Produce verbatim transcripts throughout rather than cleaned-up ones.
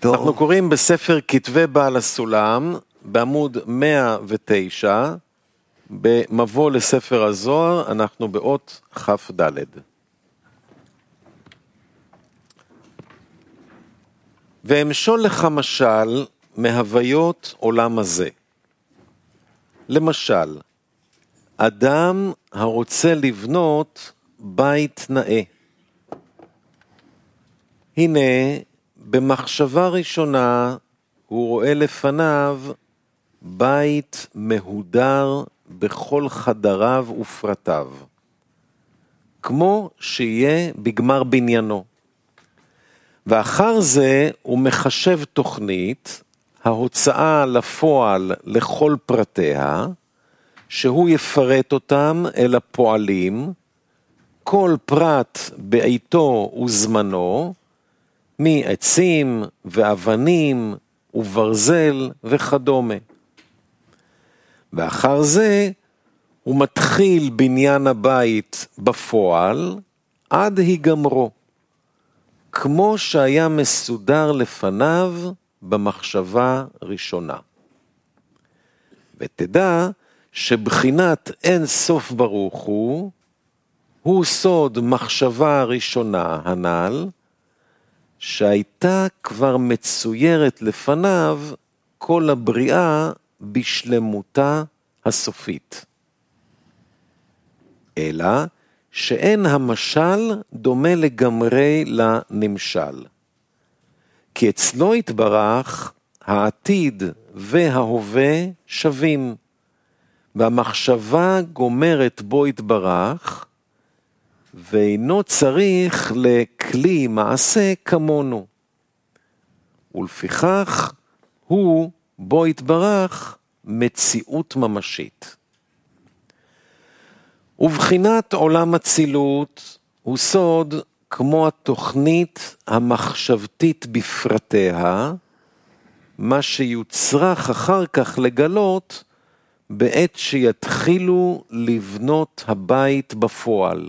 טוב. אנחנו קוראים בספר כתבי בעל הסולם, בעמוד מאה ותשע, במבוא לספר הזוהר, אנחנו באות כף ד'. ואמשול לך משל מהוויות עולם הזה. למשל, אדם הרוצה לבנות בית נאה. הנה, במחשבה ראשונה הוא רואה לפניו בית מהודר בכל חדריו ופרטיו, כמו שיהיה בגמר בניינו. ואחר זה הוא מחשב תוכנית, ההוצאה לפועל לכל פרטיה, שהוא יפרט אותם אל הפועלים, כל פרט בעיתו וזמנו, מעצים ואבנים וברזל וכדומה. ואחר זה הוא מתחיל בניין הבית בפועל עד היגמרו, כמו שהיה מסודר לפניו במחשבה ראשונה. ותדע שבחינת אין סוף ברוך הוא, הוא סוד מחשבה ראשונה הנ"ל, שהייתה כבר מצוירת לפניו כל הבריאה בשלמותה הסופית. אלא שאין המשל דומה לגמרי לנמשל. כי אצלו התברך העתיד וההווה שווים, והמחשבה גומרת בו התברך, ואינו צריך לכלי מעשה כמונו. ולפיכך הוא בו התברך מציאות ממשית. ובחינת עולם הצילות הוא סוד כמו התוכנית המחשבתית בפרטיה, מה שיוצרך אחר כך לגלות בעת שיתחילו לבנות הבית בפועל.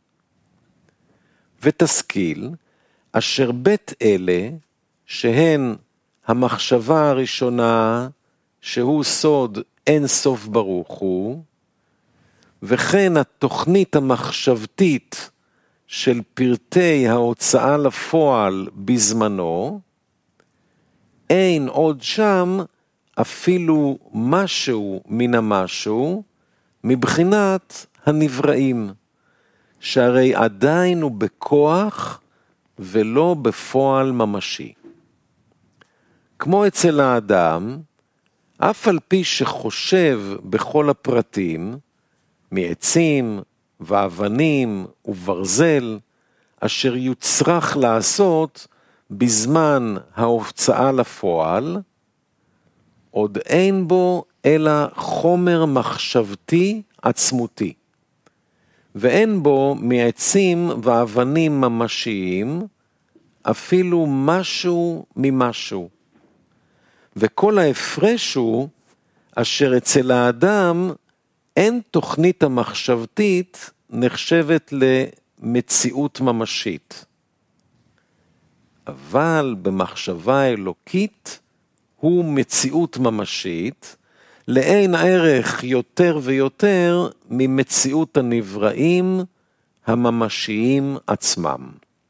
ותשכיל, אשר בית אלה, שהן המחשבה הראשונה, שהוא סוד אין סוף ברוך הוא, וכן התוכנית המחשבתית של פרטי ההוצאה לפועל בזמנו, אין עוד שם אפילו משהו מן המשהו, מבחינת הנבראים, שהרי עדיין הוא בכוח ולא בפועל ממשי. כמו אצל האדם, אף על פי שחושב בכל הפרטים, מעצים ואבנים וברזל, אשר יוצרך לעשות בזמן ההוצאה לפועל, עוד אין בו אלא חומר מחשבתי עצמותי, ואין בו מעצים ואבנים ממשיים, אפילו משהו ממשהו. וכל ההפרש הוא, אשר אצל האדם אין תוכנית המחשבתית נחשבת למציאות ממשית. אבל במחשבה אלוקית הוא מציאות ממשית, לאין ערך יותר ויותר ממציאות הנבראים הממשיים עצמם.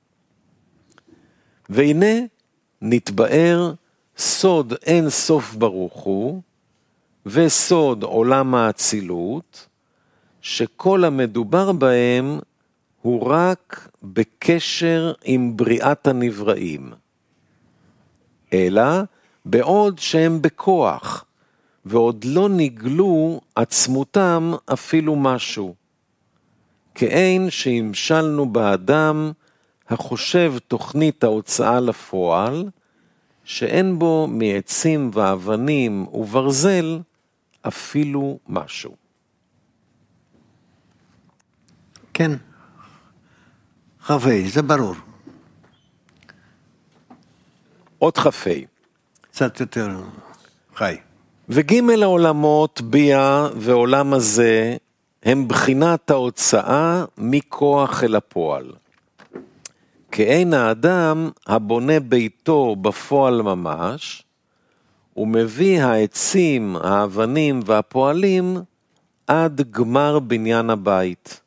והנה נתבאר סוד אין סוף ברוך הוא, וסוד עולם האצילות, שכל המדובר בהם הוא רק בקשר עם בריאת הנבראים. אלא בעוד שהם בכוח, ועוד לא נגלו עצמותם אפילו משהו. כאין שהמשלנו באדם החושב תוכנית ההוצאה לפועל, שאין בו מעצים ואבנים וברזל אפילו משהו. כן. חפי, זה ברור. עוד חפי. קצת יותר חי. וג' העולמות ביה ועולם הזה הם בחינת ההוצאה מכוח אל הפועל. כאין האדם הבונה ביתו בפועל ממש, ומביא העצים, האבנים והפועלים עד גמר בניין הבית.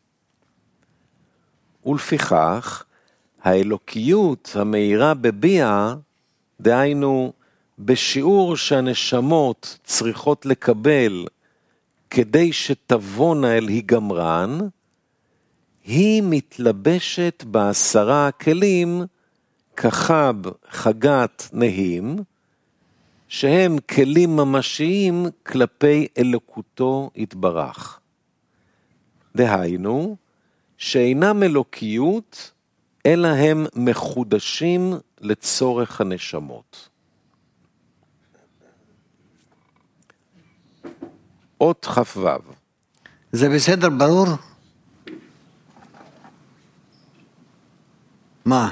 ולפיכך, האלוקיות המאירה בביאה, דהיינו בשיעור שהנשמות צריכות לקבל כדי שתבונה אל היגמרן, היא מתלבשת בעשרה הכלים כחב, חגת, נהים, שהם כלים ממשיים כלפי אלוקותו יתברך. דהיינו, שאינם אלוקיות, אלא הם מחודשים לצורך הנשמות. אות כ"ו. זה בסדר, ברור? מה?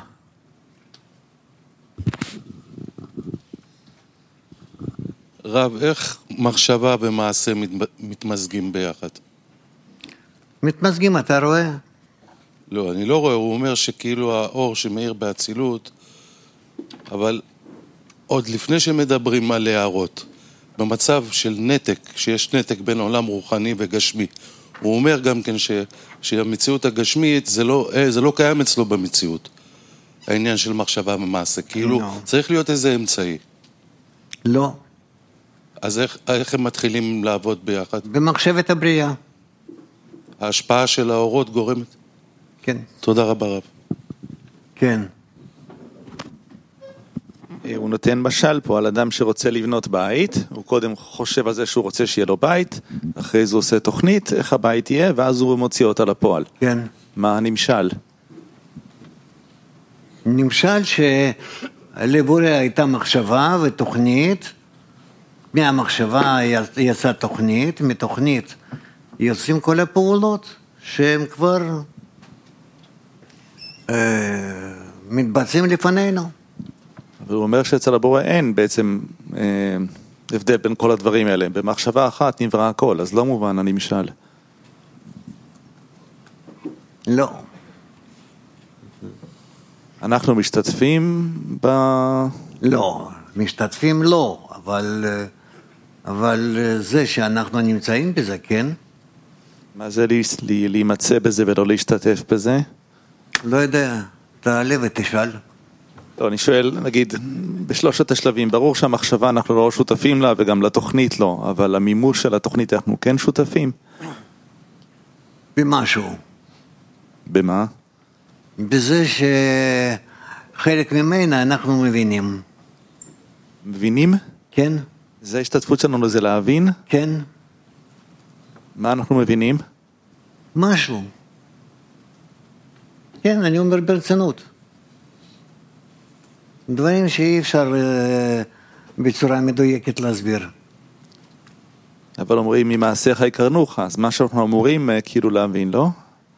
רב, איך מחשבה ומעשה מתמזגים ביחד? מתמזגים, אתה רואה? לא, אני לא רואה, הוא אומר שכאילו האור שמאיר באצילות, אבל עוד לפני שמדברים על הערות, במצב של נתק, שיש נתק בין עולם רוחני וגשמי, הוא אומר גם כן ש, שהמציאות הגשמית זה לא, זה לא קיים אצלו במציאות, העניין של מחשבה ומעשה, כאילו לא. צריך להיות איזה אמצעי. לא. אז איך, איך הם מתחילים לעבוד ביחד? במחשבת הבריאה. ההשפעה של האורות גורמת? כן. תודה רבה רב. כן. הוא נותן משל פה על אדם שרוצה לבנות בית, הוא קודם חושב על זה שהוא רוצה שיהיה לו בית, אחרי זה הוא עושה תוכנית, איך הבית יהיה, ואז הוא מוציא אותה לפועל. כן. מה הנמשל? נמשל שלבורא הייתה מחשבה ותוכנית, מהמחשבה יצאה תוכנית, מתוכנית יוצאים כל הפעולות שהן כבר אה, מתבצעים לפנינו. אבל הוא אומר שאצל הבורא אין בעצם אה, הבדל בין כל הדברים האלה. במחשבה אחת נברא הכל, אז לא מובן הנמשל. לא. אנחנו משתתפים ב... לא, משתתפים לא, אבל, אבל זה שאנחנו נמצאים בזה, כן? מה זה לי, לי, להימצא בזה ולא להשתתף בזה? לא יודע, תעלה ותשאל. לא, אני שואל, נגיד, בשלושת השלבים, ברור שהמחשבה אנחנו לא שותפים לה וגם לתוכנית לא, אבל המימוש של התוכנית אנחנו כן שותפים? במשהו. במה? בזה שחלק ממנה אנחנו מבינים. מבינים? כן? זה ההשתתפות שלנו, זה להבין? כן? מה אנחנו מבינים? משהו. כן, אני אומר ברצינות. דברים שאי אפשר uh, בצורה מדויקת להסביר. אבל אומרים, ממעשיך יקרנוך, אז מה שאנחנו אמורים uh, כאילו להבין, לא?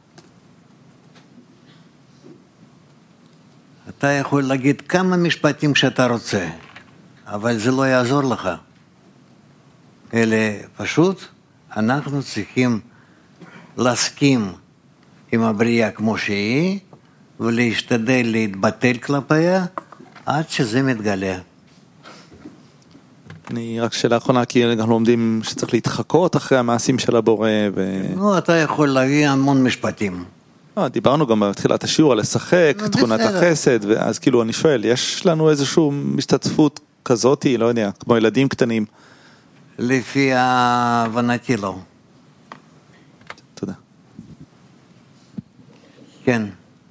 אתה יכול להגיד כמה משפטים שאתה רוצה, אבל זה לא יעזור לך. אלא פשוט אנחנו צריכים להסכים עם הבריאה כמו שהיא, ולהשתדל להתבטל כלפיה, עד שזה מתגלה. אני רק שאלה אחרונה, כי אנחנו לומדים שצריך להתחקות אחרי המעשים של הבורא. ו... לא, אתה יכול להביא המון משפטים. לא, דיברנו גם בתחילת השיעור על לשחק, תכונת החסד, ואז כאילו אני שואל, יש לנו איזושהי משתתפות כזאת, לא יודע, כמו ילדים קטנים? לפי הבנתי לא. תודה. כן.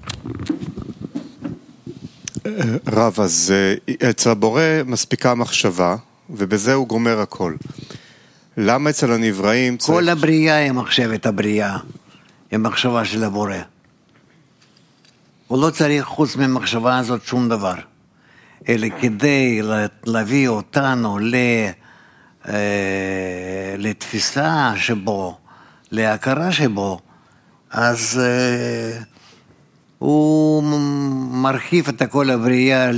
רב, אז אצל הבורא מספיקה מחשבה, ובזה הוא גומר הכל. למה אצל הנבראים צריך... כל הבריאה היא מחשבת הבריאה, היא מחשבה של הבורא. הוא לא צריך חוץ ממחשבה הזאת שום דבר, אלא כדי להביא אותנו לתפיסה שבו, להכרה שבו, אז הוא מרחיב את כל הבריאה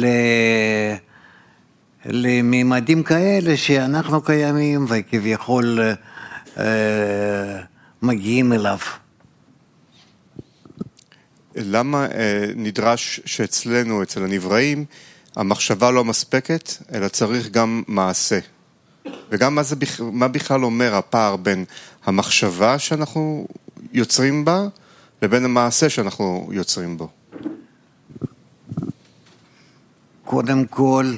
לממדים כאלה שאנחנו קיימים וכביכול מגיעים אליו. למה נדרש שאצלנו, אצל הנבראים, המחשבה לא מספקת, אלא צריך גם מעשה. וגם מה, זה, מה בכלל אומר הפער בין המחשבה שאנחנו יוצרים בה, לבין המעשה שאנחנו יוצרים בו. קודם כל,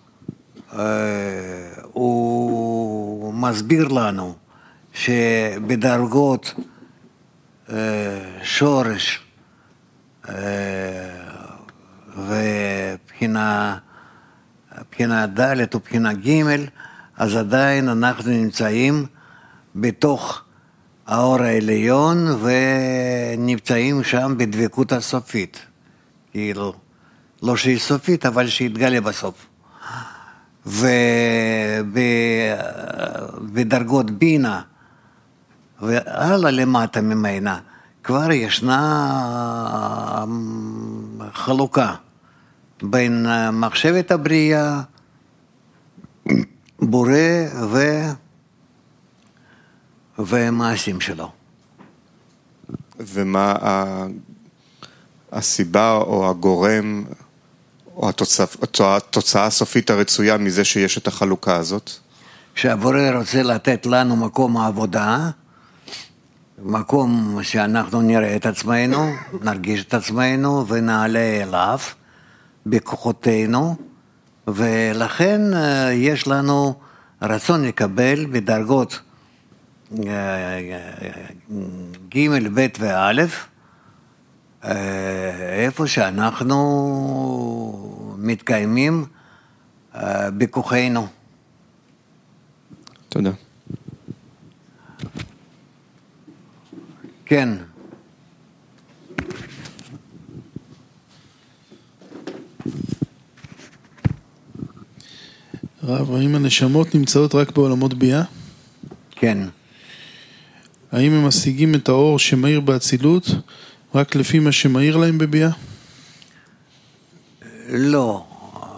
הוא מסביר לנו שבדרגות שורש ובחינה בחינה ד' ובחינה ג', אז עדיין אנחנו נמצאים בתוך האור העליון ונמצאים שם בדבקות הסופית. כאילו, לא שהיא סופית, אבל שהתגלה בסוף. ובדרגות בינה והלאה למטה ממנה כבר ישנה חלוקה בין מחשבת הבריאה, בורא ו... ומעשים שלו. ומה הסיבה או הגורם או התוצאה, התוצאה הסופית הרצויה מזה שיש את החלוקה הזאת? כשהבורא רוצה לתת לנו מקום העבודה, מקום שאנחנו נראה את עצמנו, נרגיש את עצמנו ונעלה אליו בכוחותינו, ולכן יש לנו רצון לקבל בדרגות ג' ב' וא', איפה שאנחנו מתקיימים בכוחנו. תודה. כן. רב, האם הנשמות נמצאות רק בעולמות ביאה? כן. האם הם משיגים את האור שמאיר באצילות רק לפי מה שמאיר להם בביאה? לא.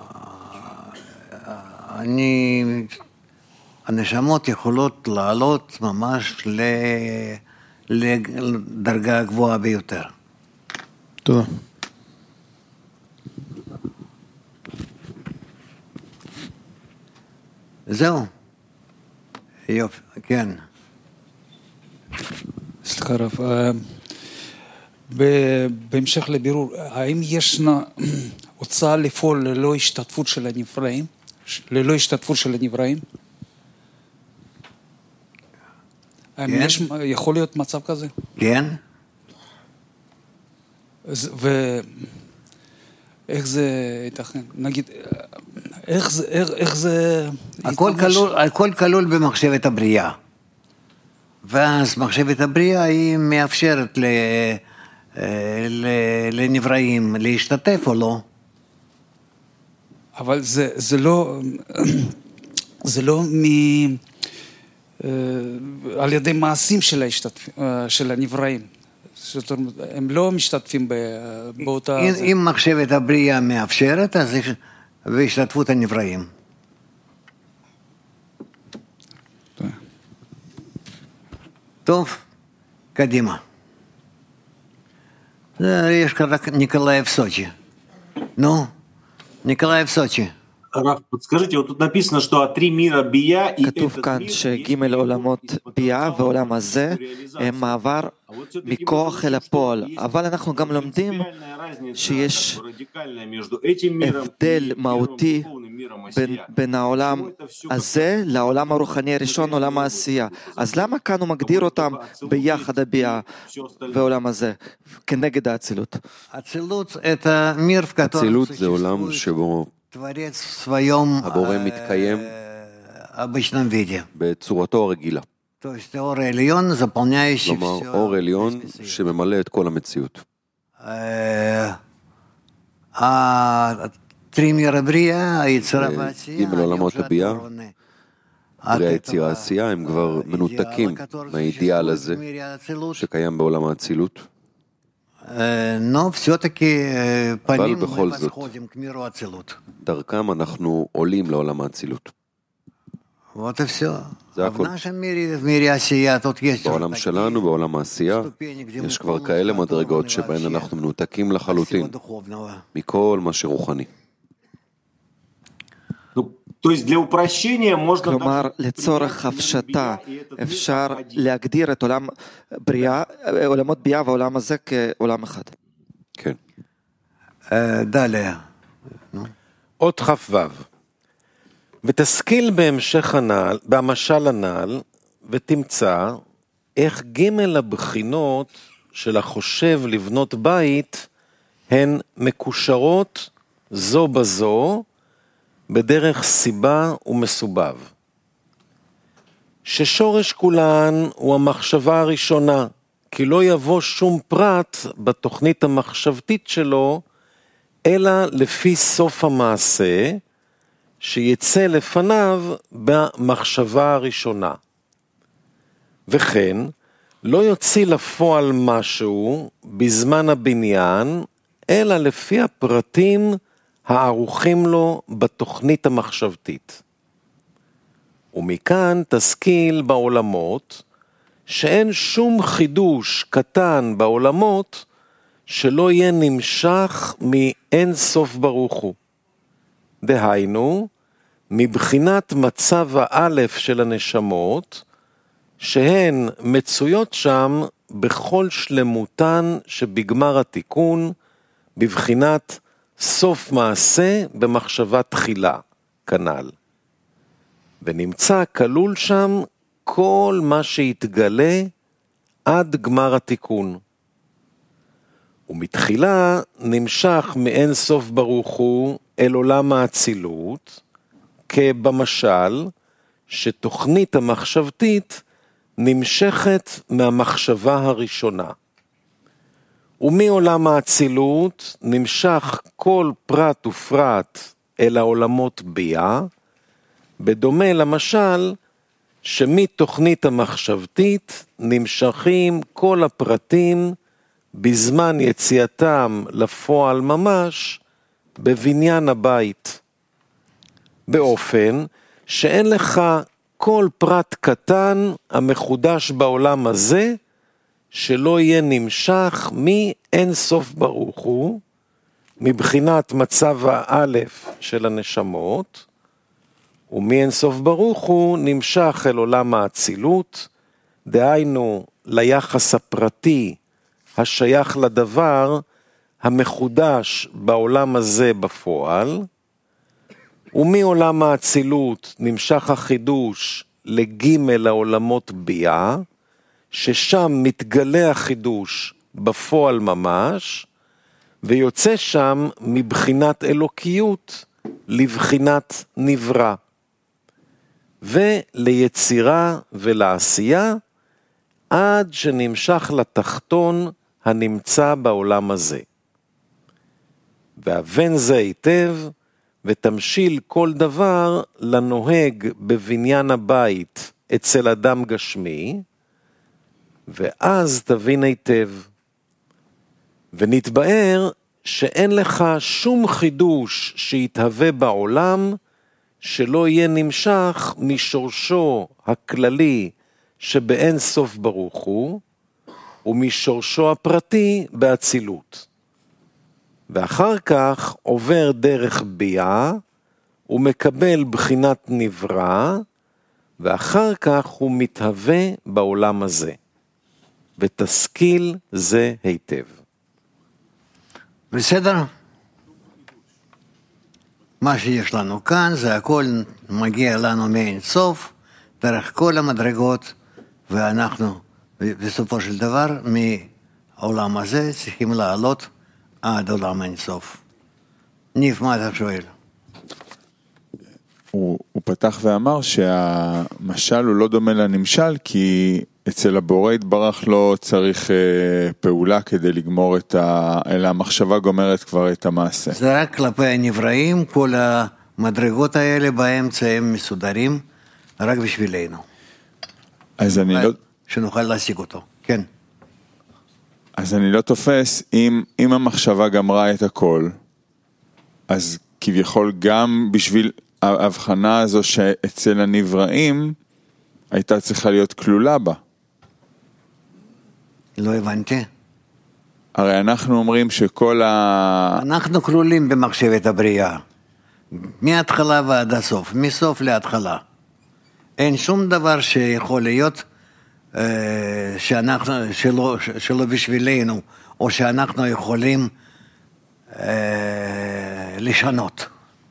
אני... הנשמות יכולות לעלות ממש ל... לדרגה הגבוהה ביותר. תודה. זהו. יופי, כן. סליחה רב, בהמשך לבירור, האם ישנה הוצאה לפעול ללא השתתפות של הנבראים? ללא השתתפות של הנבראים? האם יש, יכול להיות מצב כזה? כן. ואיך זה ייתכן? נגיד, איך זה, איך, איך זה... הכל כלול, הכל כלול במחשבת הבריאה. ואז מחשבת הבריאה היא מאפשרת ל, ל, לנבראים להשתתף או לא. אבל זה, זה לא, זה לא מ... על ידי מעשים של ההשתתפים, של הנבראים. זאת אומרת, הם לא משתתפים באותה... אם, אם מחשבת הבריאה מאפשרת, אז יש בהשתתפות הנבראים. טוב, קדימה. יש רק ניקולאי סוצ'י. נו, ניקולאי סוצ'י. Раф, подскажите, вот тут написано, что три мира бия и כתוב כאן שג' עולמות ביאה ועולם הזה הם מעבר מכוח אל הפועל, אבל אנחנו גם לומדים שיש הבדל מהותי בין, בין העולם הזה לעולם הרוחני הראשון, עולם העשייה. אז למה כאן הוא מגדיר אותם ביחד הביאה ועולם הזה, כנגד האצילות? אצילות זה עולם שבו הבורא מתקיים בצורתו הרגילה. כלומר, אור עליון שממלא את כל המציאות. ג' עולמות הביאה, בריאה, יצירה, עשייה, הם כבר מנותקים מהאידיאל הזה שקיים בעולם האצילות. אבל בכל זאת, דרכם אנחנו עולים לעולם האצילות. Вот и все. זה А в הכל. нашем мире, в мире Асия, тут есть уже בעולם такие שלנו, בעולם העשייה, ступени, где мы יש כבר полностью כאלה оторваны מדרגות שבהן вообще אנחנו מנותקים от לחלוטין всего духовного. מכל מה שרוחני. Ну, то есть для uпрощения можно... כלומר, даже לצורך принять הפשטה, элемент бия, и этот мир אפשר как один. להגדיר את עולם בריאה, עולמות ביאה והעולם הזה כעולם אחד. כן. Э, Далее. אות כ"ו. ותשכיל בהמשך הנעל, במשל הנעל, ותמצא איך ג' הבחינות של החושב לבנות בית הן מקושרות זו בזו בדרך סיבה ומסובב. ששורש כולן הוא המחשבה הראשונה, כי לא יבוא שום פרט בתוכנית המחשבתית שלו, אלא לפי סוף המעשה, שיצא לפניו במחשבה הראשונה. וכן, לא יוציא לפועל משהו בזמן הבניין, אלא לפי הפרטים הערוכים לו בתוכנית המחשבתית. ומכאן תשכיל בעולמות, שאין שום חידוש קטן בעולמות, שלא יהיה נמשך מאין סוף ברוך הוא. דהיינו, מבחינת מצב האלף של הנשמות, שהן מצויות שם בכל שלמותן שבגמר התיקון, בבחינת סוף מעשה במחשבה תחילה, כנ"ל. ונמצא כלול שם כל מה שהתגלה עד גמר התיקון. ומתחילה נמשך מאין סוף ברוך הוא אל עולם האצילות, כבמשל שתוכנית המחשבתית נמשכת מהמחשבה הראשונה. ומעולם האצילות נמשך כל פרט ופרט אל העולמות ביה, בדומה למשל שמתוכנית המחשבתית נמשכים כל הפרטים בזמן יציאתם לפועל ממש בבניין הבית. באופן שאין לך כל פרט קטן המחודש בעולם הזה, שלא יהיה נמשך מאין סוף ברוך הוא, מבחינת מצב האלף של הנשמות, ומאין סוף ברוך הוא נמשך אל עולם האצילות, דהיינו ליחס הפרטי השייך לדבר המחודש בעולם הזה בפועל, ומעולם האצילות נמשך החידוש לגימל העולמות ביה, ששם מתגלה החידוש בפועל ממש, ויוצא שם מבחינת אלוקיות לבחינת נברא. וליצירה ולעשייה, עד שנמשך לתחתון הנמצא בעולם הזה. והבן זה היטב, ותמשיל כל דבר לנוהג בבניין הבית אצל אדם גשמי, ואז תבין היטב. ונתבאר שאין לך שום חידוש שיתהווה בעולם, שלא יהיה נמשך משורשו הכללי שבאין סוף ברוך הוא, ומשורשו הפרטי באצילות. ואחר כך עובר דרך ביה, ומקבל בחינת נברא, ואחר כך הוא מתהווה בעולם הזה. ותשכיל זה היטב. בסדר? מה שיש לנו כאן זה הכל מגיע לנו מאין סוף, דרך כל המדרגות, ואנחנו בסופו של דבר מהעולם הזה צריכים לעלות עד עולם אין סוף. ניף, מה אתה שואל? הוא, הוא פתח ואמר שהמשל הוא לא דומה לנמשל, כי אצל הבורא יתברך לא צריך אה, פעולה כדי לגמור את ה... אלא המחשבה גומרת כבר את המעשה. זה רק כלפי הנבראים, כל המדרגות האלה באמצע הם מסודרים, רק בשבילנו. אז אני לא... שנוכל להשיג אותו, כן. אז אני לא תופס, אם, אם המחשבה גמרה את הכל, אז כביכול גם בשביל, ההבחנה הזו שאצל הנבראים הייתה צריכה להיות כלולה בה. לא הבנתי. הרי אנחנו אומרים שכל ה... אנחנו כלולים במחשבת הבריאה. מההתחלה ועד הסוף, מסוף להתחלה. אין שום דבר שיכול להיות אה, שאנחנו, שלא, שלא בשבילנו, או שאנחנו יכולים אה, לשנות.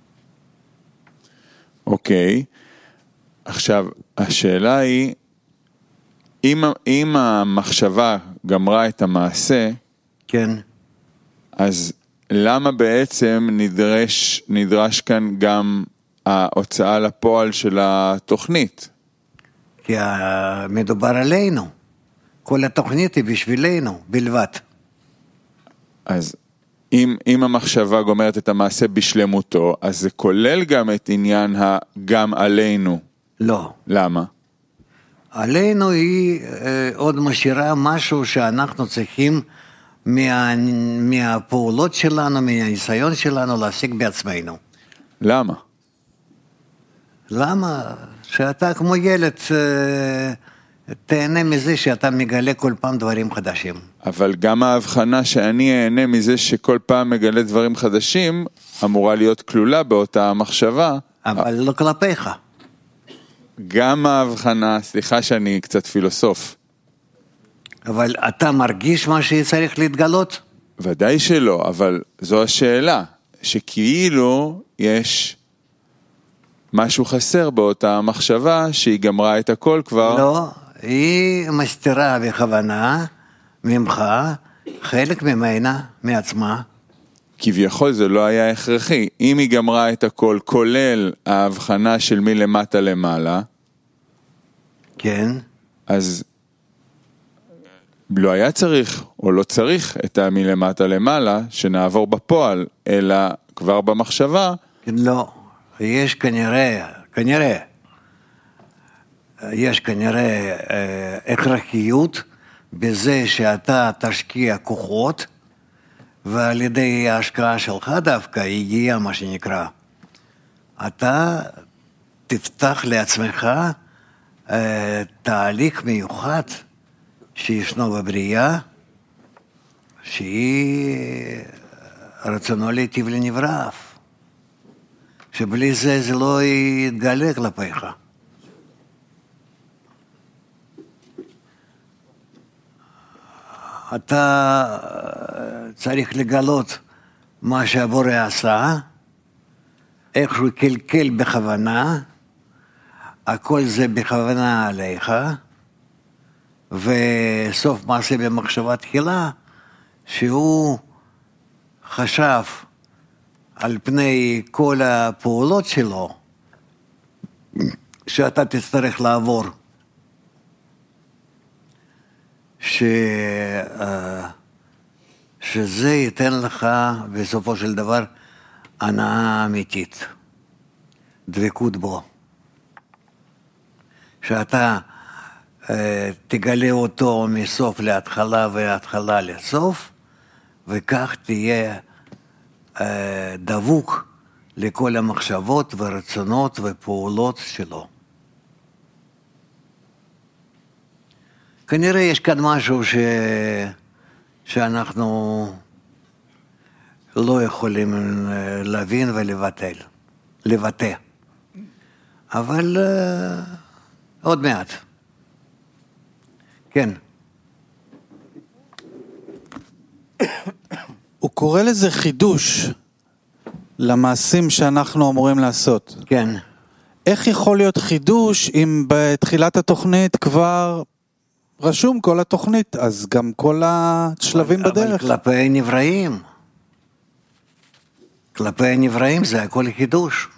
אוקיי. עכשיו, השאלה היא, אם, אם המחשבה גמרה את המעשה, כן. אז למה בעצם נדרש, נדרש כאן גם ההוצאה לפועל של התוכנית? כי מדובר עלינו. כל התוכנית היא בשבילנו, בלבד. אז אם, אם המחשבה גומרת את המעשה בשלמותו, אז זה כולל גם את עניין הגם עלינו. לא. למה? עלינו היא אה, עוד משאירה משהו שאנחנו צריכים מה, מהפעולות שלנו, מהניסיון שלנו להשיג בעצמנו. למה? למה? שאתה כמו ילד אה, תהנה מזה שאתה מגלה כל פעם דברים חדשים. אבל גם ההבחנה שאני אהנה מזה שכל פעם מגלה דברים חדשים, אמורה להיות כלולה באותה המחשבה. אבל לא כלפיך. גם ההבחנה, סליחה שאני קצת פילוסוף. אבל אתה מרגיש מה שצריך להתגלות? ודאי שלא, אבל זו השאלה, שכאילו יש משהו חסר באותה מחשבה שהיא גמרה את הכל כבר. לא, היא מסתירה בכוונה ממך חלק ממנה, מעצמה. כביכול זה לא היה הכרחי. אם היא גמרה את הכל, כולל ההבחנה של מלמטה למעלה, כן. אז לא היה צריך, או לא צריך את המלמטה למעלה, שנעבור בפועל, אלא כבר במחשבה. לא, יש כנראה, כנראה, יש כנראה אה, הכרחיות בזה שאתה תשקיע כוחות, ועל ידי ההשקעה שלך דווקא הגיע מה שנקרא. אתה תפתח לעצמך אה, תהליך מיוחד שישנו בבריאה, שהיא רצונו להיטיב לנברא, שבלי זה זה לא יתגלה כלפיך. אתה צריך לגלות מה שהבורא עשה, איך שהוא קלקל בכוונה, הכל זה בכוונה עליך, וסוף מעשה במחשבה תחילה, שהוא חשב על פני כל הפעולות שלו, שאתה תצטרך לעבור, ש... שזה ייתן לך בסופו של דבר הנאה אמיתית, דבקות בו. שאתה תגלה אותו מסוף להתחלה והתחלה לסוף, וכך תהיה דבוק לכל המחשבות ורצונות ופעולות שלו. כנראה יש כאן משהו ש... שאנחנו לא יכולים להבין ולבטל, לבטא. אבל uh, עוד מעט. כן. הוא קורא לזה חידוש למעשים שאנחנו אמורים לעשות. כן. איך יכול להיות חידוש אם בתחילת התוכנית כבר רשום כל התוכנית, אז גם כל השלבים אבל, בדרך. אבל כלפי הנבראים. כלפי הנבראים זה הכל חידוש.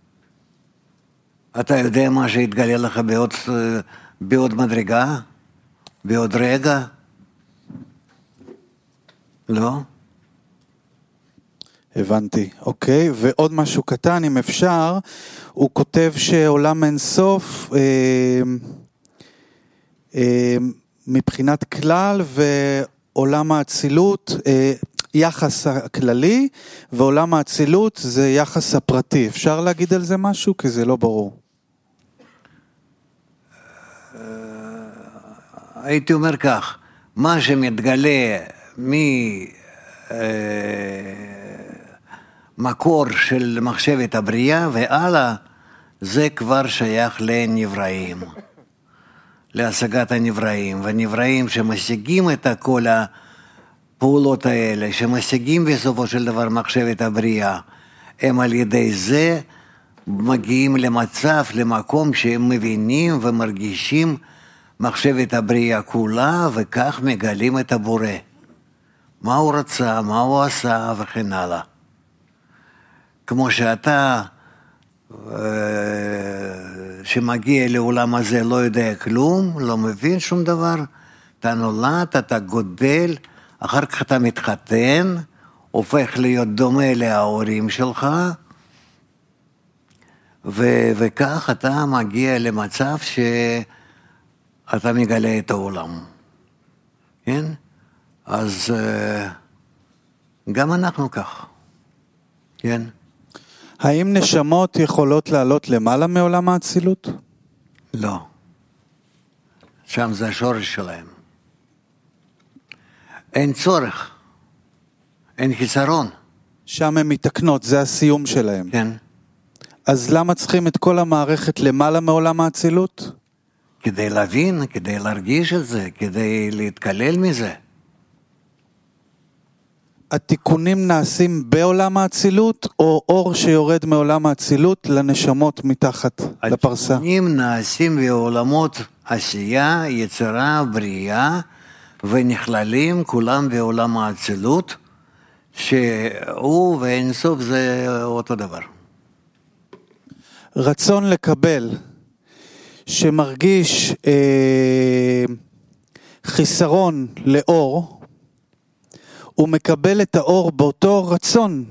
אתה יודע מה שהתגלה לך בעוד, בעוד מדרגה? בעוד רגע? לא? הבנתי, אוקיי. ועוד משהו קטן, אם אפשר, הוא כותב שעולם אין סוף, אה, אה, מבחינת כלל ועולם האצילות, אה, היחס הכללי, ועולם האצילות זה יחס הפרטי. אפשר להגיד על זה משהו? כי זה לא ברור. הייתי אומר כך, מה שמתגלה ממקור של מחשבת הבריאה והלאה, זה כבר שייך לנבראים, להשגת הנבראים, והנבראים שמשיגים את כל הפעולות האלה, שמשיגים בסופו של דבר מחשבת הבריאה, הם על ידי זה מגיעים למצב, למקום שהם מבינים ומרגישים מחשבת הבריאה כולה, וכך מגלים את הבורא. מה הוא רצה, מה הוא עשה וכן הלאה. כמו שאתה, שמגיע לעולם הזה לא יודע כלום, לא מבין שום דבר, אתה נולד, אתה גודל, אחר כך אתה מתחתן, הופך להיות דומה להורים שלך, ו- וכך אתה מגיע למצב שאתה מגלה את העולם. כן? אז גם אנחנו כך. כן? האם נשמות יכולות לעלות למעלה מעולם האצילות? לא. שם זה השורש שלהם. אין צורך. אין חיסרון. שם הם מתקנות, זה הסיום שלהם. כן. אז למה צריכים את כל המערכת למעלה מעולם האצילות? כדי להבין, כדי להרגיש את זה, כדי להתקלל מזה. התיקונים נעשים בעולם האצילות, או אור שיורד מעולם האצילות לנשמות מתחת לפרסה? התיקונים נעשים בעולמות עשייה, יצירה, בריאה, ונכללים כולם בעולם האצילות, שהוא ואינסוף זה אותו דבר. רצון לקבל, שמרגיש אה, חיסרון לאור, הוא מקבל את האור באותו רצון.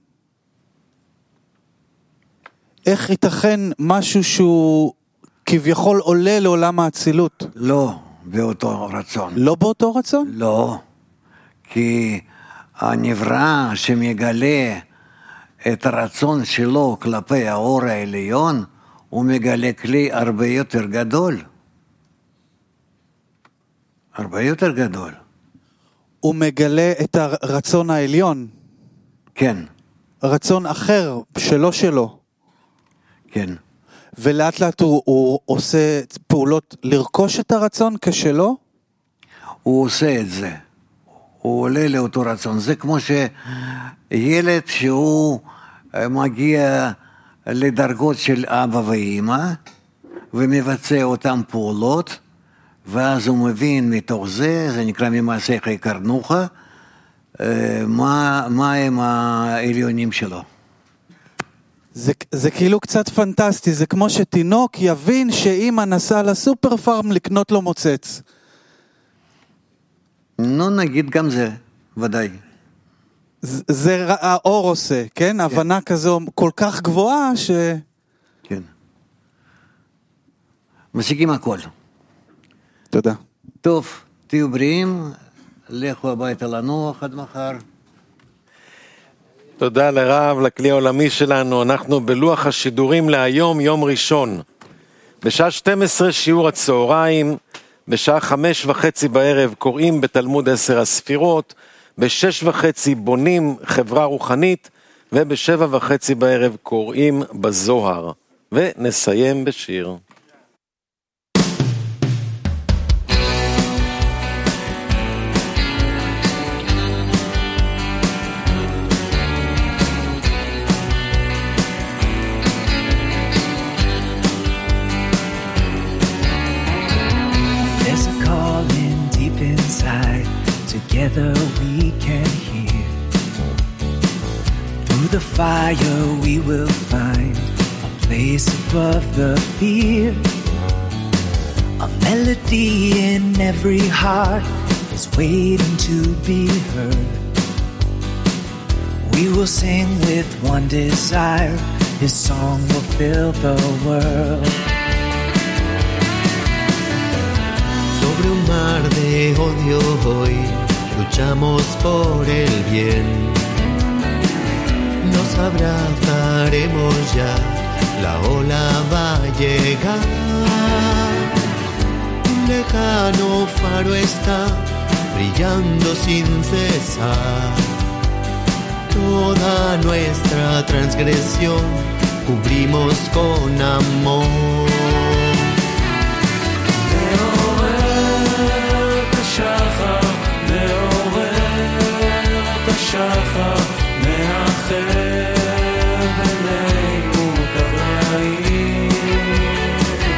איך ייתכן משהו שהוא כביכול עולה לעולם האצילות? לא, באותו רצון. לא באותו רצון? לא, כי הנברא שמגלה את הרצון שלו כלפי האור העליון, הוא מגלה כלי הרבה יותר גדול. הרבה יותר גדול. הוא מגלה את הרצון העליון. כן. רצון אחר, שלו שלו. כן. ולאט לאט הוא, הוא עושה פעולות לרכוש את הרצון כשלו? הוא עושה את זה. הוא עולה לאותו רצון. זה כמו שילד שהוא מגיע לדרגות של אבא ואמא, ומבצע אותם פעולות, ואז הוא מבין מתוך זה, זה נקרא ממעשיך יקרנוך, מה, מה הם העליונים שלו. זה, זה כאילו קצת פנטסטי, זה כמו שתינוק יבין שאמא נסעה לסופר פארם לקנות לו מוצץ. נו, נגיד גם זה, ודאי. זה, זה האור עושה, כן? כן? הבנה כזו כל כך גבוהה ש... כן. משיגים הכל. תודה. טוב, תהיו בריאים, לכו הביתה לנוח עד מחר. תודה לרב, לכלי העולמי שלנו. אנחנו בלוח השידורים להיום, יום ראשון. בשעה שתים עשרה שיעור הצהריים, בשעה חמש וחצי בערב קוראים בתלמוד עשר הספירות, בשש וחצי בונים חברה רוחנית, ובשבע וחצי בערב קוראים בזוהר. ונסיים בשיר. Together we can hear. Through the fire we will find a place above the fear. A melody in every heart is waiting to be heard. We will sing with one desire, His song will fill the world. Sobre un mar de odio hoy luchamos por el bien. Nos abrazaremos ya, la ola va a llegar. Un lejano faro está brillando sin cesar. Toda nuestra transgresión cubrimos con amor. השחר, מעורר את השחר, מאחר בינינו את הרעים.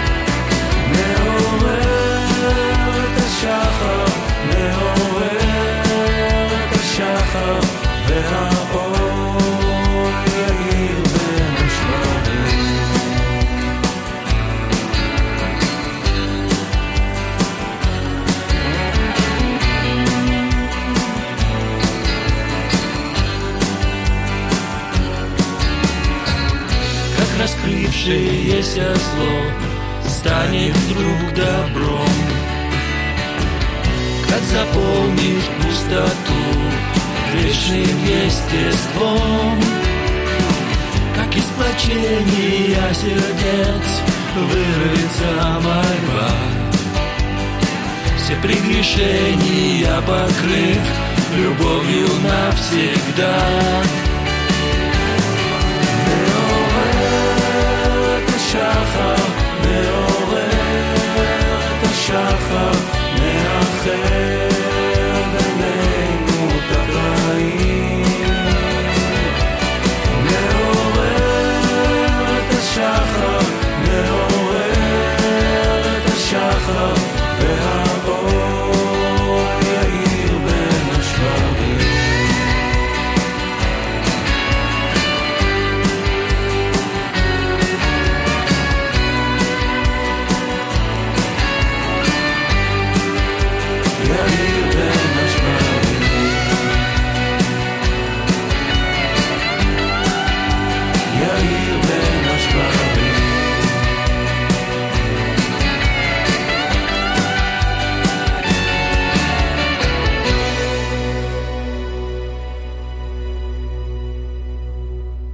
מעורר את השחר, מעורר את השחר, והאור יאיר בין השמרים. Раскрывшееся зло станет вдруг добром, как заполнить пустоту вечным естеством, как из сплочения сердец вырвется мольба, все прегрешения покрыв любовью навсегда. השחר, מעורר את השחר, מאחר בינינו את הרעים. מעורר את השחר, מעורר את השחר,